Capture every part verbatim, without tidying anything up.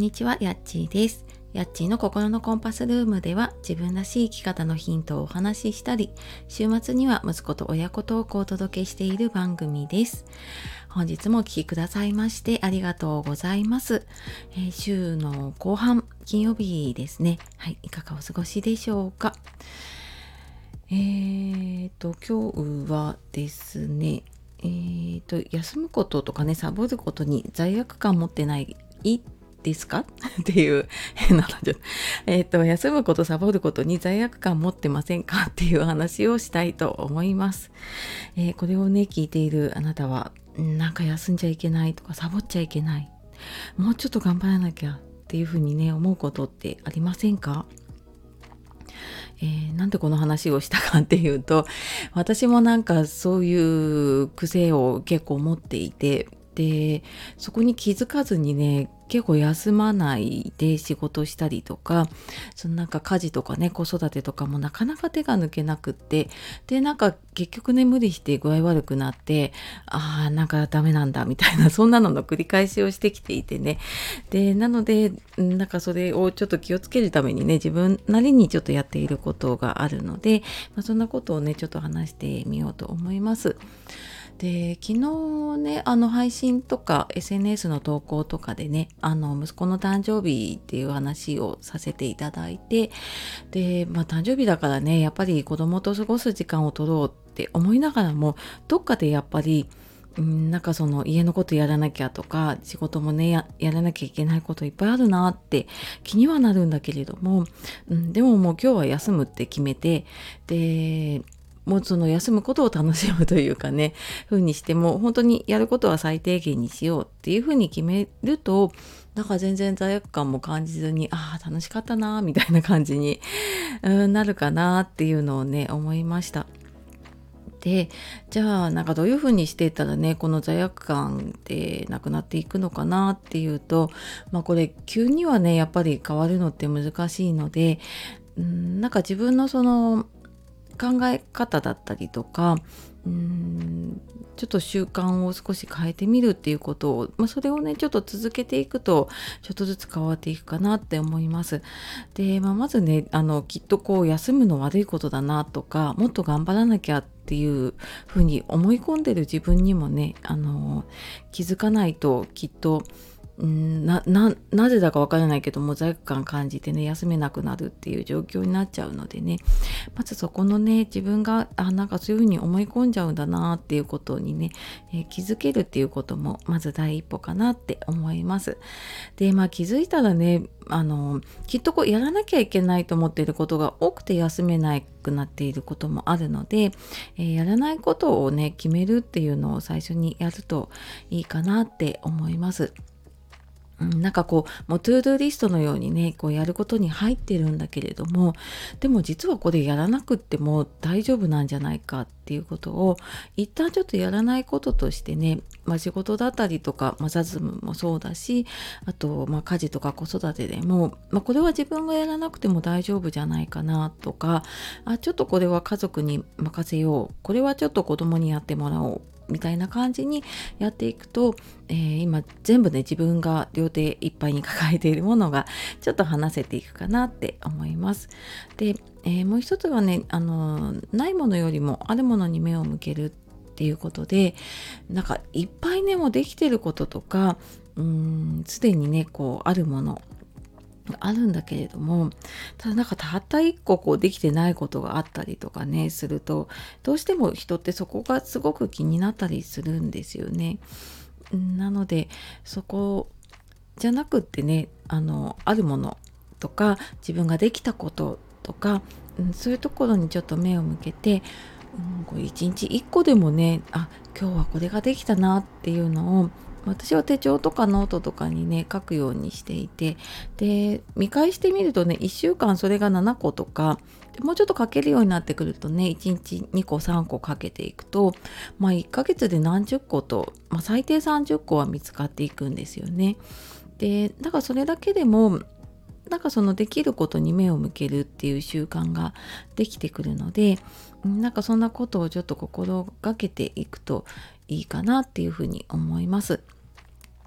にちは、やっちーです。やっちーの心のコンパスルームでは、自分らしい生き方のヒントをお話ししたり、週末には息子と親子トークをお届けしている番組です。本日もお聞きくださいましてありがとうございます。えー、週の後半、金曜日ですね。はい、いかがお過ごしでしょうか。えーと、今日はですね、えーと、休むこととかね、サボることに罪悪感持ってないですかっていう変な話。えっと、休むこと、サボることに罪悪感持ってませんかっていう話をしたいと思います。えー、これをね、聞いているあなたは、なんか休んじゃいけないとか、サボっちゃいけない。もうちょっと頑張らなきゃっていうふうにね、思うことってありませんか？えー、なんでこの話をしたかっていうと、私もなんかそういう癖を結構持っていて、で、そこに気づかずにね、結構休まないで仕事したりとか、そのなんか家事とかね、子育てとかもなかなか手が抜けなくって、で、なんか結局ね、無理して具合悪くなって、ああ、なんかダメなんだみたいな、そんなのの繰り返しをしてきていてね。で、なので、なんかそれをちょっと気をつけるためにね、自分なりにちょっとやっていることがあるので、まあ、そんなことをね、ちょっと話してみようと思います。で、昨日ね、あの配信とか エスエヌエス の投稿とかでね、あの息子の誕生日っていう話をさせていただいて、で、まあ誕生日だからね、やっぱり子供と過ごす時間を取ろうって思いながらも、どっかでやっぱり、うん、なんかその家のことやらなきゃとか、仕事もね、や、やらなきゃいけないこといっぱいあるなって気にはなるんだけれども、うん、でももう今日は休むって決めて、で、もうその休むことを楽しむというかね、風にしても本当にやることは最低限にしようっていう風に決めると、なんか全然罪悪感も感じずに、ああ、楽しかったな、みたいな感じに、うん、なるかなっていうのをね、思いました。で、じゃあなんかどういう風にしていったらね、この罪悪感ってなくなっていくのかなっていうと、まあこれ急にはね、やっぱり変わるのって難しいので、うん、なんか自分のその考え方だったりとか、うーんちょっと習慣を少し変えてみるっていうことを、まあ、それをねちょっと続けていくとちょっとずつ変わっていくかなって思います。で、まあ、まずねあのきっとこう休むの悪いことだなとか、もっと頑張らなきゃっていうふうに思い込んでる自分にもねあの気づかないと、きっとんな、な、なぜだかわからないけども罪悪感感じてね休めなくなるっていう状況になっちゃうのでね、まずそこのね自分があなんかそういうふうに思い込んじゃうんだなっていうことにね、えー気づけるっていうこともまず第一歩かなって思います。で、まあ気づいたらねあのきっとこうやらなきゃいけないと思っていることが多くて休めなくなっていることもあるので、えーやらないことをね決めるっていうのを最初にやるといいかなって思います。うん、なんかこう、もうトゥードゥーリストのようにね、こうやることに入ってるんだけれども、でも実はこれやらなくっても大丈夫なんじゃないかっていうことを、一旦ちょっとやらないこととしてね、まあ仕事だったりとか、まあ雑務もそうだし、あと、まあ家事とか子育てでも、まあこれは自分がやらなくても大丈夫じゃないかなとか、あ、ちょっとこれは家族に任せよう。これはちょっと子供にやってもらおう。みたいな感じにやっていくと、えー今全部ね自分が両手いっぱいに抱えているものがちょっと離せていくかなって思います。で、えーもう一つはね、あのーないものよりもあるものに目を向けるっていうことで、なんかいっぱいねもうできてることとか、うーんすでにねこうあるものあるんだけれども、ただなんかたった一個こうできてないことがあったりとかねすると、どうしても人ってそこがすごく気になったりするんですよね。うんなのでそこじゃなくってね、あのあるものとか自分ができたこととか、うん、そういうところにちょっと目を向けて、うん、こう一日一個でもね、あ、今日はこれができたなっていうのを、私は手帳とかノートとかにね書くようにしていて、で見返してみるとねいっしゅうかんそれがななことかで、もうちょっと書けるようになってくるとねいちにちにこさんこかけていくと、まあいっかげつで何十個と、まあ、最低さんじゅっこは見つかっていくんですよね。でだからそれだけでもなんかそのできることに目を向けるっていう習慣ができてくるので、なんかそんなことをちょっと心がけていくといいかなっていうふうに思います。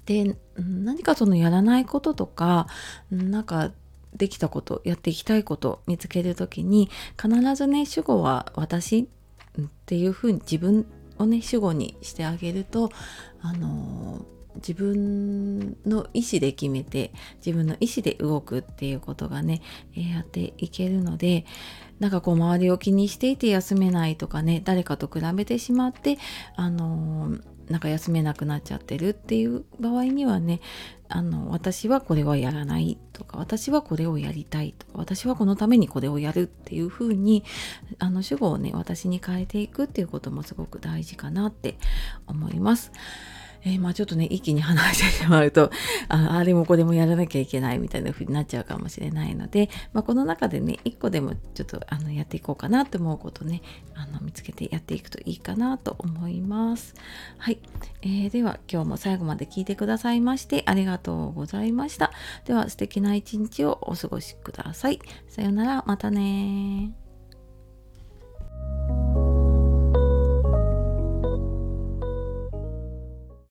で、何かそのやらないこととか、なんかできたこと、やっていきたいことを見つけるときに、必ずね主語は私っていうふうに自分をね主語にしてあげると、あのー自分の意思で決めて自分の意思で動くっていうことがね、えーやっていけるので、なんかこう周りを気にしていて休めないとかね、誰かと比べてしまってあのーなんか休めなくなっちゃってるっていう場合にはね、あの私はこれはやらないとか、私はこれをやりたいとか、私はこのためにこれをやるっていう風にあの主語をね私に変えていくっていうこともすごく大事かなって思います。えー、まあちょっとね一気に話してしまうと あ, あれもこれもやらなきゃいけないみたいな風になっちゃうかもしれないので、まあ、この中でね一個でもちょっとあのやっていこうかなって思うことね、あの見つけてやっていくといいかなと思います。はい、えー、では今日も最後まで聞いてくださいましてありがとうございました。では素敵な一日をお過ごしください。さようなら、またね。